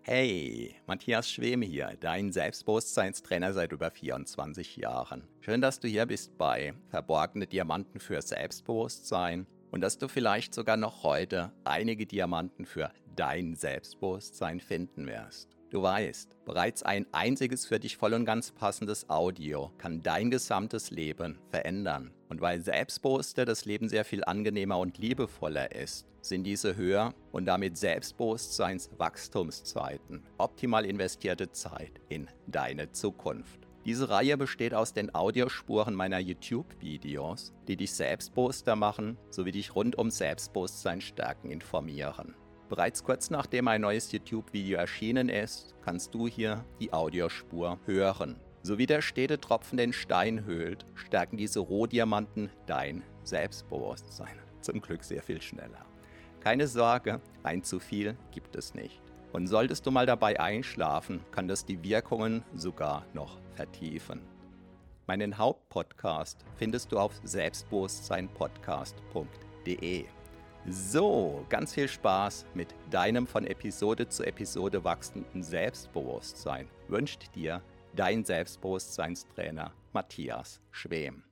Hey, Matthias Schwem hier, dein Selbstbewusstseinstrainer seit über 24 Jahren. Schön, dass du hier bist bei Verborgene Diamanten für Selbstbewusstsein und dass du vielleicht sogar noch heute einige Diamanten für dein Selbstbewusstsein finden wirst. Du weißt, bereits ein einziges für dich voll und ganz passendes Audio kann dein gesamtes Leben verändern. Und weil Selbstbewusster das Leben sehr viel angenehmer und liebevoller ist, sind diese Höher- und damit Selbstbewusstseinswachstumszeiten optimal investierte Zeit in deine Zukunft. Diese Reihe besteht aus den Audiospuren meiner YouTube-Videos, die dich selbstbewusster machen, sowie dich rund um Selbstbewusstsein stärken informieren. Bereits kurz nachdem ein neues YouTube-Video erschienen ist, kannst du hier die Audiospur hören. So wie der stete Tropfen den Stein höhlt, stärken diese Rohdiamanten dein Selbstbewusstsein. Zum Glück sehr viel schneller. Keine Sorge, ein zu viel gibt es nicht. Und solltest du mal dabei einschlafen, kann das die Wirkungen sogar noch vertiefen. Meinen Hauptpodcast findest du auf selbstbewusstseinpodcast.de. So, ganz viel Spaß mit deinem von Episode zu Episode wachsenden Selbstbewusstsein wünscht dir dein Selbstbewusstseinstrainer Matthias Schwem.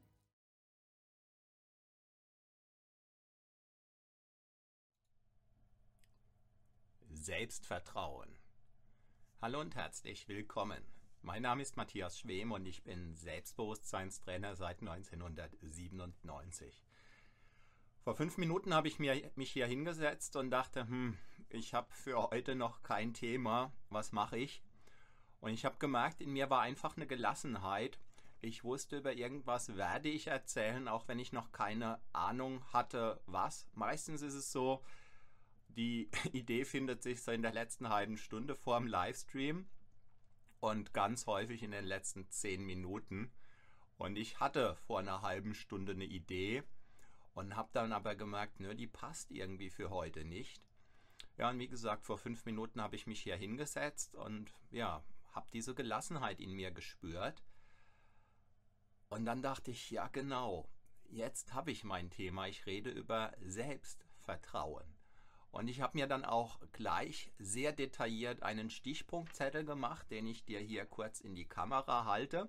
Selbstvertrauen. Hallo und herzlich willkommen. Mein Name ist Matthias Schwem und ich bin Selbstbewusstseinstrainer seit 1997. Vor 5 Minuten habe ich mich hier hingesetzt und dachte, ich habe für heute noch kein Thema, was mache ich? Und ich habe gemerkt, in mir war einfach eine Gelassenheit. Ich wusste, über irgendwas werde ich erzählen, auch wenn ich noch keine Ahnung hatte, was. Meistens ist es so, die Idee findet sich so in der letzten halben Stunde vor dem Livestream und ganz häufig in den letzten 10 Minuten. Und ich hatte vor einer halben Stunde eine Idee und habe dann aber gemerkt, die passt irgendwie für heute nicht. Ja, und wie gesagt, vor 5 Minuten habe ich mich hier hingesetzt und ja, habe diese Gelassenheit in mir gespürt. Und dann dachte ich, ja genau, jetzt habe ich mein Thema. Ich rede über Selbstvertrauen. Und ich habe mir dann auch gleich sehr detailliert einen Stichpunktzettel gemacht, den ich dir hier kurz in die Kamera halte.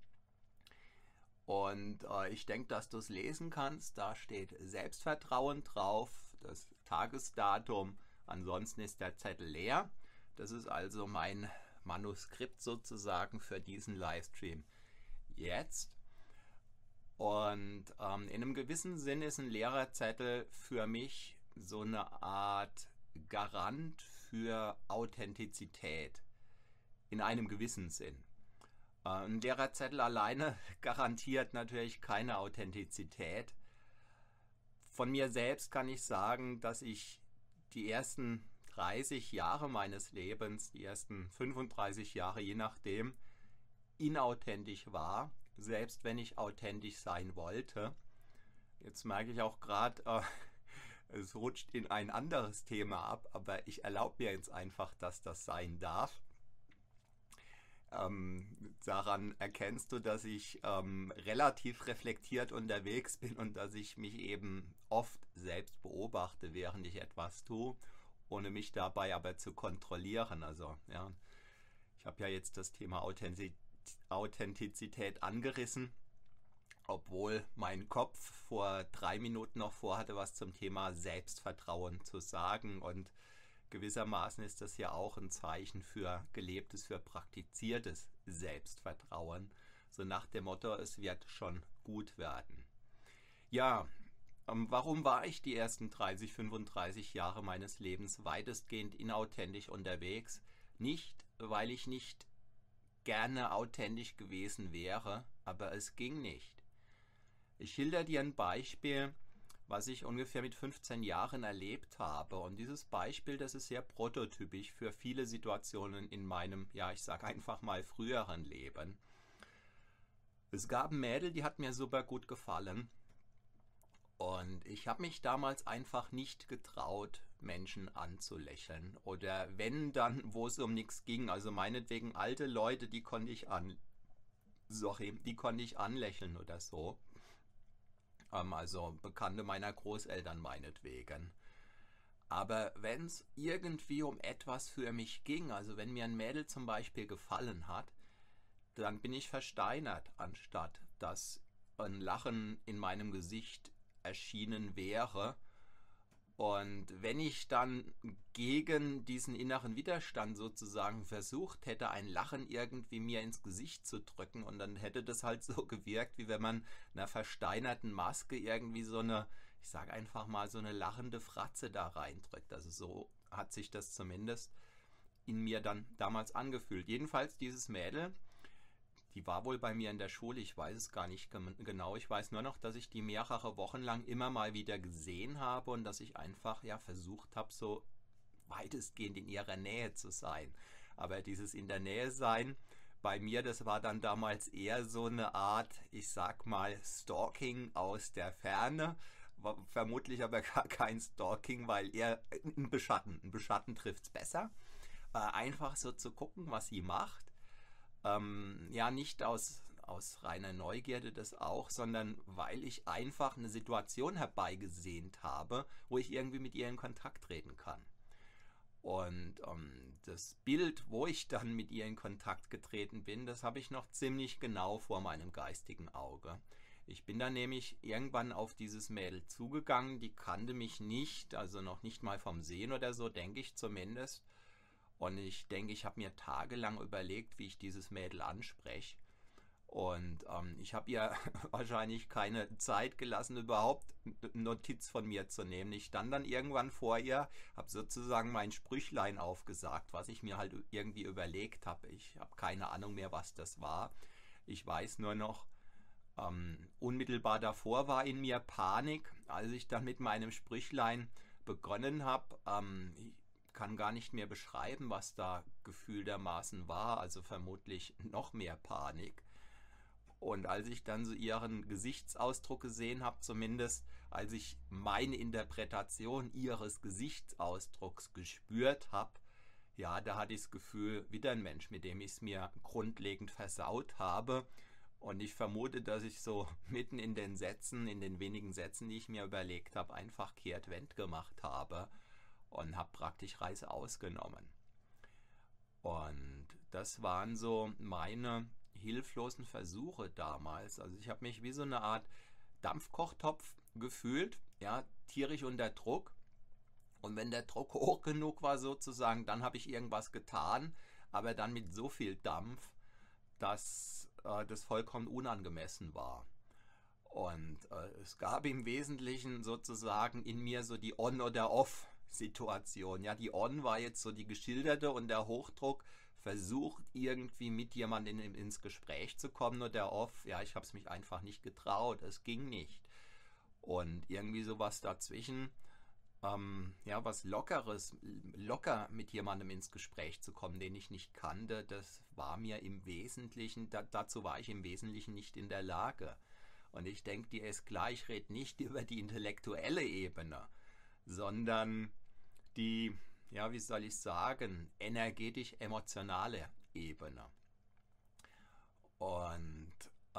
Und ich denke, dass du es lesen kannst. Da steht Selbstvertrauen drauf, das Tagesdatum. Ansonsten ist der Zettel leer. Das ist also mein Manuskript sozusagen für diesen Livestream jetzt. Und in einem gewissen Sinn ist ein leerer Zettel für mich so eine Art Garant für Authentizität. In einem gewissen Sinn. Ein leerer Zettel alleine garantiert natürlich keine Authentizität. Von mir selbst kann ich sagen, dass ich die ersten 30 Jahre meines Lebens, die ersten 35 Jahre, je nachdem, inauthentisch war, selbst wenn ich authentisch sein wollte. Jetzt merke ich auch gerade, es rutscht in ein anderes Thema ab, aber ich erlaube mir jetzt einfach, dass das sein darf. Daran erkennst du, dass ich relativ reflektiert unterwegs bin und dass ich mich eben oft selbst beobachte, während ich etwas tue, ohne mich dabei aber zu kontrollieren. Also ja, ich habe ja jetzt das Thema Authentizität angerissen, obwohl mein Kopf vor 3 Minuten noch vorhatte, was zum Thema Selbstvertrauen zu sagen. Und gewissermaßen ist das ja auch ein Zeichen für gelebtes, für praktiziertes Selbstvertrauen. So nach dem Motto, es wird schon gut werden. Ja, warum war ich die ersten 30, 35 Jahre meines Lebens weitestgehend inauthentisch unterwegs? Nicht, weil ich nicht gerne authentisch gewesen wäre, aber es ging nicht. Ich schilder dir ein Beispiel, was ich ungefähr mit 15 Jahren erlebt habe. Und dieses Beispiel, das ist sehr prototypisch für viele Situationen in meinem, ja, ich sage einfach mal früheren Leben. Es gab ein Mädel, die hat mir super gut gefallen. Und ich habe mich damals einfach nicht getraut, Menschen anzulächeln. Oder wenn dann, wo es um nichts ging. Also meinetwegen alte Leute, die konnte ich anlächeln oder so. Also Bekannte meiner Großeltern meinetwegen. Aber wenn es irgendwie um etwas für mich ging, also wenn mir ein Mädel zum Beispiel gefallen hat, dann bin ich versteinert, anstatt dass ein Lachen in meinem Gesicht erschienen wäre. Und wenn ich dann gegen diesen inneren Widerstand sozusagen versucht hätte, ein Lachen irgendwie mir ins Gesicht zu drücken, und dann hätte das halt so gewirkt, wie wenn man einer versteinerten Maske irgendwie so eine, ich sage einfach mal, so eine lachende Fratze da reindrückt. Also so hat sich das zumindest in mir dann damals angefühlt. Jedenfalls dieses Mädel, die war wohl bei mir in der Schule, ich weiß es gar nicht genau. Ich weiß nur noch, dass ich die mehrere Wochen lang immer mal wieder gesehen habe und dass ich einfach ja versucht habe, so weitestgehend in ihrer Nähe zu sein. Aber dieses in der Nähe sein bei mir, das war dann damals eher so eine Art, ich sag mal, Stalking aus der Ferne. War vermutlich aber gar kein Stalking, weil eher ein Beschatten. Ein Beschatten trifft es besser. Einfach so zu gucken, was sie macht. Ja, nicht aus reiner Neugierde das auch, sondern weil ich einfach eine Situation herbeigesehnt habe, wo ich irgendwie mit ihr in Kontakt treten kann. Und das Bild, wo ich dann mit ihr in Kontakt getreten bin, das habe ich noch ziemlich genau vor meinem geistigen Auge. Ich bin dann nämlich irgendwann auf dieses Mädel zugegangen, die kannte mich nicht, also noch nicht mal vom Sehen oder so, denke ich zumindest. Und ich denke, ich habe mir tagelang überlegt, wie ich dieses Mädel anspreche. Und ich habe ihr wahrscheinlich keine Zeit gelassen, überhaupt Notiz von mir zu nehmen. Ich stand dann irgendwann vor ihr, habe sozusagen mein Sprüchlein aufgesagt, was ich mir halt irgendwie überlegt habe. Ich habe keine Ahnung mehr, was das war. Ich weiß nur noch, unmittelbar davor war in mir Panik, als ich dann mit meinem Sprüchlein begonnen habe. Ich kann gar nicht mehr beschreiben, was da gefühltermaßen war, also vermutlich noch mehr Panik. Und als ich dann so ihren Gesichtsausdruck gesehen habe, zumindest als ich meine Interpretation ihres Gesichtsausdrucks gespürt habe, ja, da hatte ich das Gefühl, wieder ein Mensch, mit dem ich es mir grundlegend versaut habe. Und ich vermute, dass ich so mitten in den Sätzen, in den wenigen Sätzen, die ich mir überlegt habe, einfach Kehrtwend gemacht habe und habe praktisch Reise ausgenommen. Und das waren so meine hilflosen Versuche damals. Also ich habe mich wie so eine Art Dampfkochtopf gefühlt, ja, tierisch unter Druck. Und wenn der Druck hoch genug war sozusagen, dann habe ich irgendwas getan, aber dann mit so viel Dampf, dass das vollkommen unangemessen war. Und es gab im Wesentlichen sozusagen in mir so die On- oder Off-Situation. Ja, die On war jetzt so die geschilderte und der Hochdruck versucht irgendwie mit jemandem ins Gespräch zu kommen, und der Off, ja, ich habe es mich einfach nicht getraut, es ging nicht. Und irgendwie sowas dazwischen, ja, was Lockeres, locker mit jemandem ins Gespräch zu kommen, den ich nicht kannte, das war mir im Wesentlichen, dazu war ich im Wesentlichen nicht in der Lage. Und ich denke, dir ist klar, ich rede nicht über die intellektuelle Ebene, sondern die, ja, wie soll ich sagen, energetisch-emotionale Ebene. Und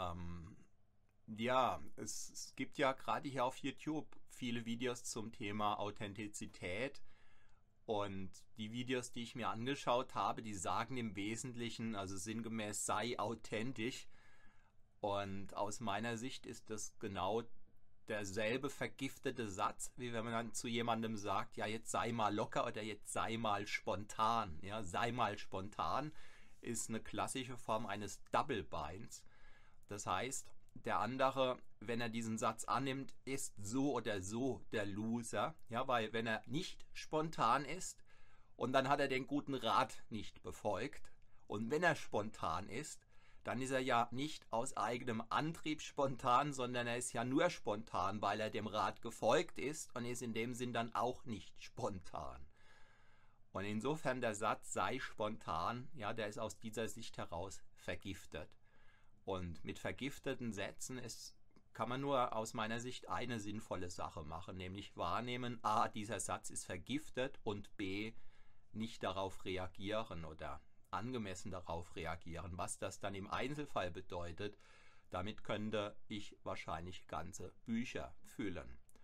ja, es gibt ja gerade hier auf YouTube viele Videos zum Thema Authentizität. Und die Videos, die ich mir angeschaut habe, die sagen im Wesentlichen, also sinngemäß, sei authentisch. Und aus meiner Sicht ist das genau derselbe vergiftete Satz, wie wenn man dann zu jemandem sagt, ja, jetzt sei mal locker oder jetzt sei mal spontan. Ja, sei mal spontan ist eine klassische Form eines Double Binds. Das heißt, der andere, wenn er diesen Satz annimmt, ist so oder so der Loser. Ja, weil wenn er nicht spontan ist und dann hat er den guten Rat nicht befolgt, und wenn er spontan ist, dann ist er ja nicht aus eigenem Antrieb spontan, sondern er ist ja nur spontan, weil er dem Rat gefolgt ist, und ist in dem Sinn dann auch nicht spontan. Und insofern der Satz sei spontan, ja, der ist aus dieser Sicht heraus vergiftet. Und mit vergifteten Sätzen kann man nur aus meiner Sicht eine sinnvolle Sache machen, nämlich wahrnehmen, a, dieser Satz ist vergiftet, und b, nicht darauf reagieren oder angemessen darauf reagieren. Was das dann im Einzelfall bedeutet, damit könnte ich wahrscheinlich ganze Bücher füllen.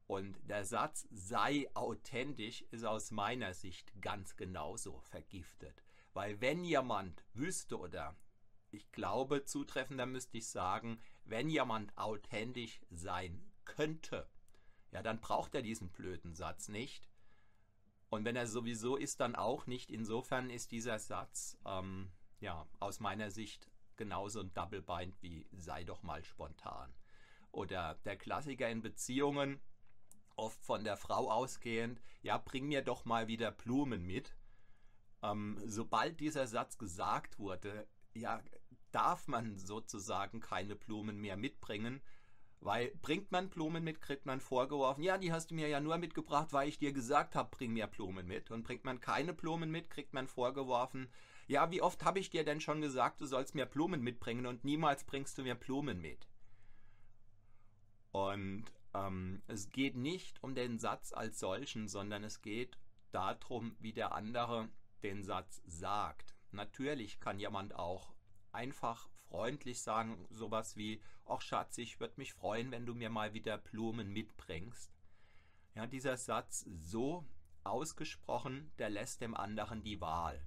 Und der Satz sei authentisch ist aus meiner Sicht ganz genauso vergiftet. Weil wenn jemand wüsste, oder ich glaube zutreffender müsste ich sagen, wenn jemand authentisch sein könnte, ja, dann braucht er diesen blöden Satz nicht. Und wenn er sowieso ist, dann auch nicht. Insofern ist dieser Satz ja, aus meiner Sicht genauso ein Double Bind wie sei doch mal spontan. Oder der Klassiker in Beziehungen, oft von der Frau ausgehend, ja, bring mir doch mal wieder Blumen mit. Sobald dieser Satz gesagt wurde, ja, darf man sozusagen keine Blumen mehr mitbringen, weil bringt man Blumen mit, kriegt man vorgeworfen, ja, die hast du mir ja nur mitgebracht, weil ich dir gesagt habe, bring mir Blumen mit. Und bringt man keine Blumen mit, kriegt man vorgeworfen, ja, wie oft habe ich dir denn schon gesagt, du sollst mir Blumen mitbringen und niemals bringst du mir Blumen mit. Und es geht nicht um den Satz als solchen, sondern es geht darum, wie der andere den Satz sagt. Natürlich kann jemand auch einfach freundlich sagen, sowas wie, ach Schatz, ich würde mich freuen, wenn du mir mal wieder Blumen mitbringst. Ja, dieser Satz so ausgesprochen, der lässt dem anderen die Wahl.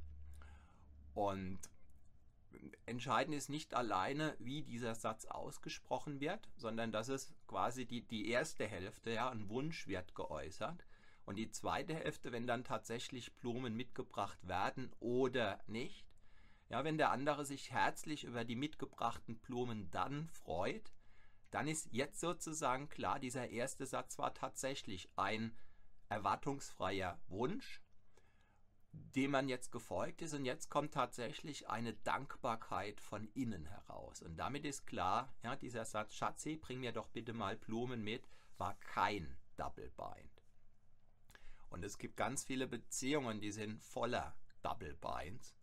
Und entscheidend ist nicht alleine, wie dieser Satz ausgesprochen wird, sondern dass es quasi die erste Hälfte, ja, ein Wunsch wird geäußert. Und die zweite Hälfte, wenn dann tatsächlich Blumen mitgebracht werden oder nicht, ja, wenn der andere sich herzlich über die mitgebrachten Blumen dann freut, dann ist jetzt sozusagen klar, dieser erste Satz war tatsächlich ein erwartungsfreier Wunsch, dem man jetzt gefolgt ist, und jetzt kommt tatsächlich eine Dankbarkeit von innen heraus. Und damit ist klar, ja, dieser Satz, Schatzi, bring mir doch bitte mal Blumen mit, war kein Double Bind. Und es gibt ganz viele Beziehungen, die sind voller Double Binds.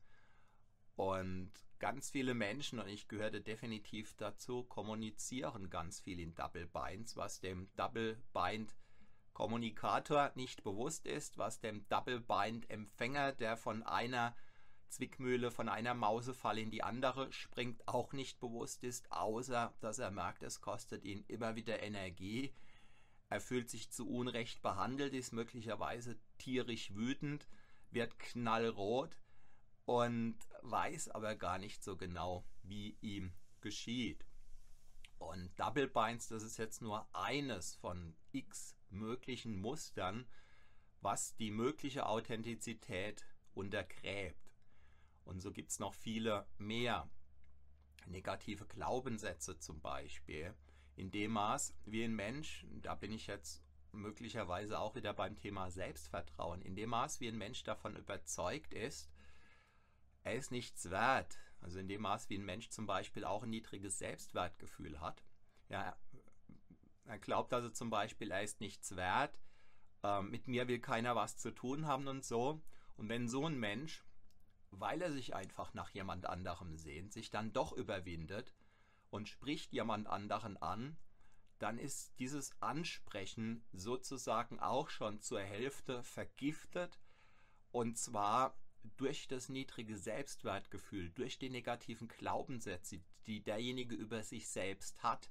Und ganz viele Menschen, und ich gehörte definitiv dazu, kommunizieren ganz viel in Double Binds, was dem Double Bind Kommunikator nicht bewusst ist, was dem Double Bind Empfänger, der von einer Zwickmühle, von einer Mausefalle in die andere springt, auch nicht bewusst ist, außer dass er merkt, es kostet ihn immer wieder Energie. Er fühlt sich zu Unrecht behandelt, ist möglicherweise tierisch wütend, wird knallrot und weiß aber gar nicht so genau, wie ihm geschieht. Und Double Binds, das ist jetzt nur eines von x möglichen Mustern, was die mögliche Authentizität untergräbt. Und so gibt es noch viele mehr negative Glaubenssätze zum Beispiel. In dem Maß, wie ein Mensch, da bin ich jetzt möglicherweise auch wieder beim Thema Selbstvertrauen, in dem Maß, wie ein Mensch davon überzeugt ist, er ist nichts wert, also in dem Maß, wie ein Mensch zum Beispiel auch ein niedriges Selbstwertgefühl hat. Ja, er glaubt also zum Beispiel, er ist nichts wert, mit mir will keiner was zu tun haben und so. Und wenn so ein Mensch, weil er sich einfach nach jemand anderem sehnt, sich dann doch überwindet und spricht jemand anderen an, dann ist dieses Ansprechen sozusagen auch schon zur Hälfte vergiftet, und zwar durch das niedrige Selbstwertgefühl, durch die negativen Glaubenssätze, die derjenige über sich selbst hat.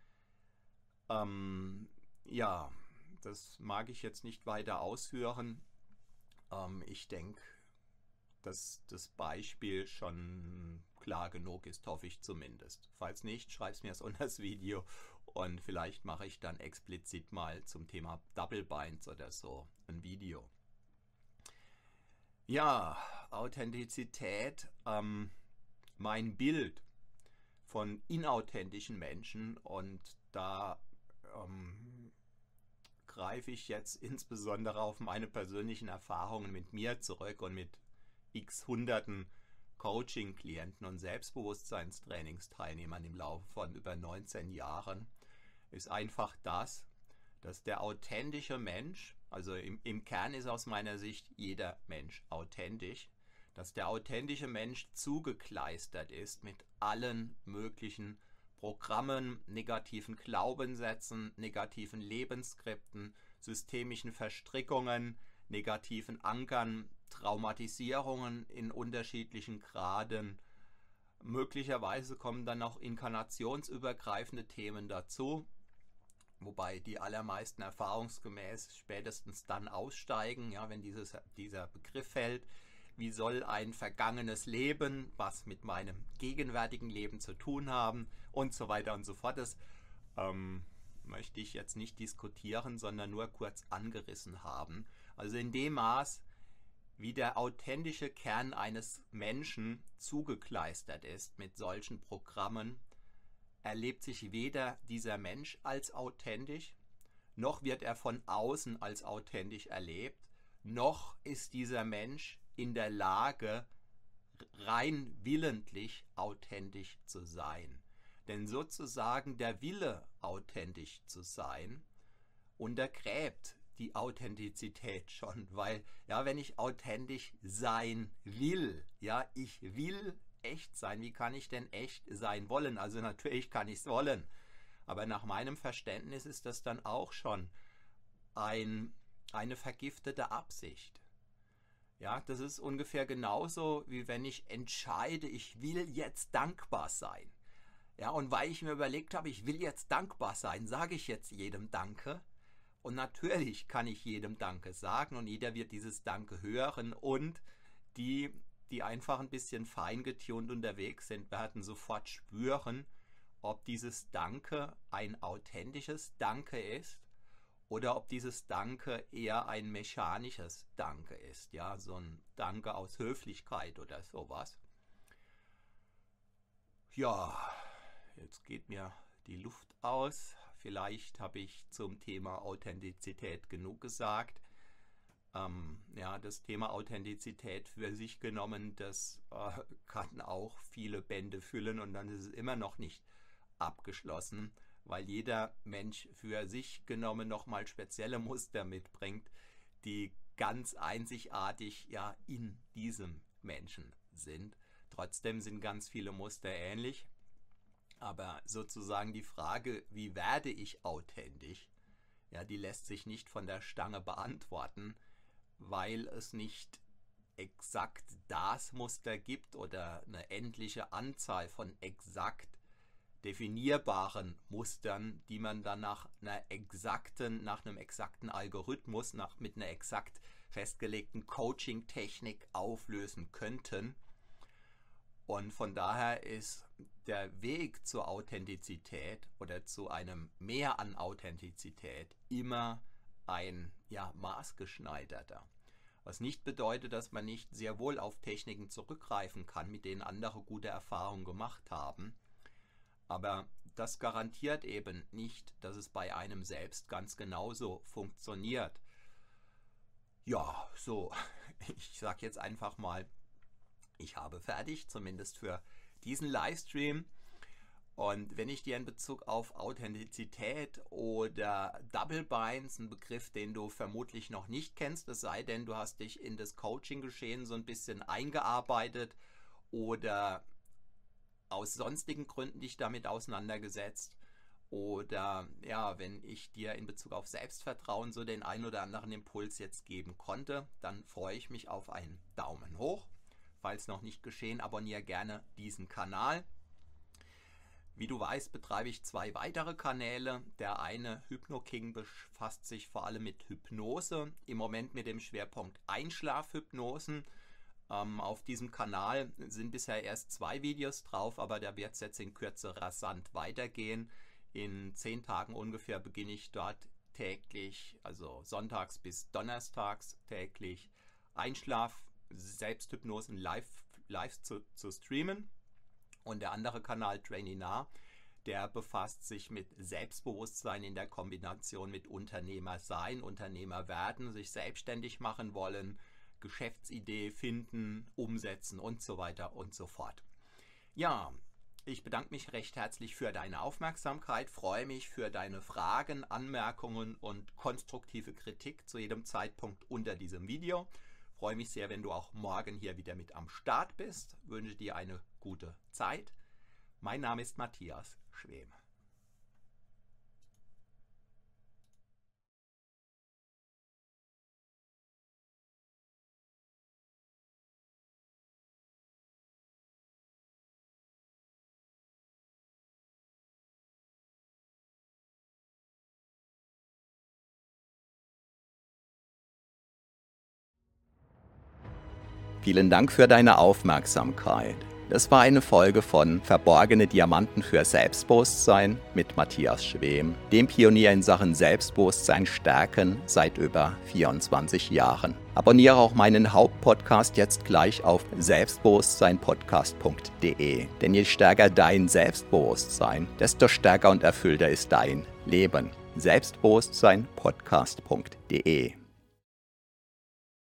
Ja, das mag ich jetzt nicht weiter ausführen. Ich denke, dass das Beispiel schon klar genug ist, hoffe ich zumindest. Falls nicht, schreib es mir unter das Video und vielleicht mache ich dann explizit mal zum Thema Double Binds oder so ein Video. Ja, Authentizität, mein Bild von inauthentischen Menschen, und da greife ich jetzt insbesondere auf meine persönlichen Erfahrungen mit mir zurück und mit x Hunderten Coaching-Klienten und Selbstbewusstseinstrainingsteilnehmern im Laufe von über 19 Jahren, ist einfach das, dass der authentische Mensch, also im Kern ist aus meiner Sicht jeder Mensch authentisch, dass der authentische Mensch zugekleistert ist mit allen möglichen Programmen, negativen Glaubenssätzen, negativen Lebensskripten, systemischen Verstrickungen, negativen Ankern, Traumatisierungen in unterschiedlichen Graden. Möglicherweise kommen dann auch inkarnationsübergreifende Themen dazu. wobei die allermeisten erfahrungsgemäß spätestens dann aussteigen, ja, wenn dieser Begriff fällt. Wie soll ein vergangenes Leben, was mit meinem gegenwärtigen Leben zu tun haben und so weiter und so fort. Das möchte ich jetzt nicht diskutieren, sondern nur kurz angerissen haben. Also in dem Maß, wie der authentische Kern eines Menschen zugekleistert ist mit solchen Programmen, erlebt sich weder dieser Mensch als authentisch, noch wird er von außen als authentisch erlebt, noch ist dieser Mensch in der Lage, rein willentlich authentisch zu sein. Denn sozusagen der Wille, authentisch zu sein, untergräbt die Authentizität schon, weil ja, wenn ich authentisch sein will, ja, ich will echt sein, wie kann ich denn echt sein wollen? Also natürlich kann ich es wollen, aber nach meinem Verständnis ist das dann auch schon eine vergiftete Absicht. Ja, das ist ungefähr genauso, wie wenn ich entscheide, ich will jetzt dankbar sein. Ja, und weil ich mir überlegt habe, ich will jetzt dankbar sein, sage ich jetzt jedem Danke. Und natürlich kann ich jedem Danke sagen und jeder wird dieses Danke hören und die einfach ein bisschen fein getunt unterwegs sind, werden sofort spüren, ob dieses Danke ein authentisches Danke ist oder ob dieses Danke eher ein mechanisches Danke ist, ja, so ein Danke aus Höflichkeit oder sowas. Ja, jetzt geht mir die Luft aus. Vielleicht habe ich zum Thema Authentizität genug gesagt. Ja, das Thema Authentizität für sich genommen, das kann auch viele Bände füllen und dann ist es immer noch nicht abgeschlossen, weil jeder Mensch für sich genommen nochmal spezielle Muster mitbringt, die ganz einzigartig ja in diesem Menschen sind. Trotzdem sind ganz viele Muster ähnlich, aber sozusagen die Frage, wie werde ich authentisch, ja, die lässt sich nicht von der Stange beantworten, weil es nicht exakt das Muster gibt oder eine endliche Anzahl von exakt definierbaren Mustern, die man dann nach einem exakten Algorithmus, mit einer exakt festgelegten Coaching-Technik auflösen könnten. Und von daher ist der Weg zur Authentizität oder zu einem Mehr an Authentizität immer ein maßgeschneiderter. Was nicht bedeutet, dass man nicht sehr wohl auf Techniken zurückgreifen kann, mit denen andere gute Erfahrungen gemacht haben. Aber das garantiert eben nicht, dass es bei einem selbst ganz genauso funktioniert. Ja, so, ich sage jetzt einfach mal, ich habe fertig, zumindest für diesen Livestream. Und wenn ich dir in Bezug auf Authentizität oder Double Binds, ein Begriff, den du vermutlich noch nicht kennst, es sei denn, du hast dich in das Coaching-Geschehen so ein bisschen eingearbeitet oder aus sonstigen Gründen dich damit auseinandergesetzt, oder ja, wenn ich dir in Bezug auf Selbstvertrauen so den ein oder anderen Impuls jetzt geben konnte, dann freue ich mich auf einen Daumen hoch. Falls noch nicht geschehen, abonniere gerne diesen Kanal. Wie du weißt, betreibe ich 2 weitere Kanäle. Der eine, HypnoKing, befasst sich vor allem mit Hypnose, im Moment mit dem Schwerpunkt Einschlafhypnosen. Auf diesem Kanal sind bisher erst 2 Videos drauf, aber da wird es jetzt in Kürze rasant weitergehen. In 10 Tagen ungefähr beginne ich dort täglich, also sonntags bis donnerstags täglich Selbsthypnosen live zu streamen. Und der andere Kanal, Training, der befasst sich mit Selbstbewusstsein in der Kombination mit Unternehmer sein, Unternehmer werden, sich selbstständig machen wollen, Geschäftsidee finden, umsetzen und so weiter und so fort. Ja, ich bedanke mich recht herzlich für deine Aufmerksamkeit, freue mich für deine Fragen, Anmerkungen und konstruktive Kritik zu jedem Zeitpunkt unter diesem Video. Freue mich sehr, wenn du auch morgen hier wieder mit am Start bist. Wünsche dir eine gute Zeit. Mein Name ist Matthias Schwem. Vielen Dank für deine Aufmerksamkeit. Das war eine Folge von Verborgene Diamanten für Selbstbewusstsein mit Matthias Schwem, dem Pionier in Sachen Selbstbewusstsein stärken seit über 24 Jahren. Abonniere auch meinen Hauptpodcast jetzt gleich auf selbstbewusstseinpodcast.de. Denn je stärker dein Selbstbewusstsein, desto stärker und erfüllter ist dein Leben. Selbstbewusstseinpodcast.de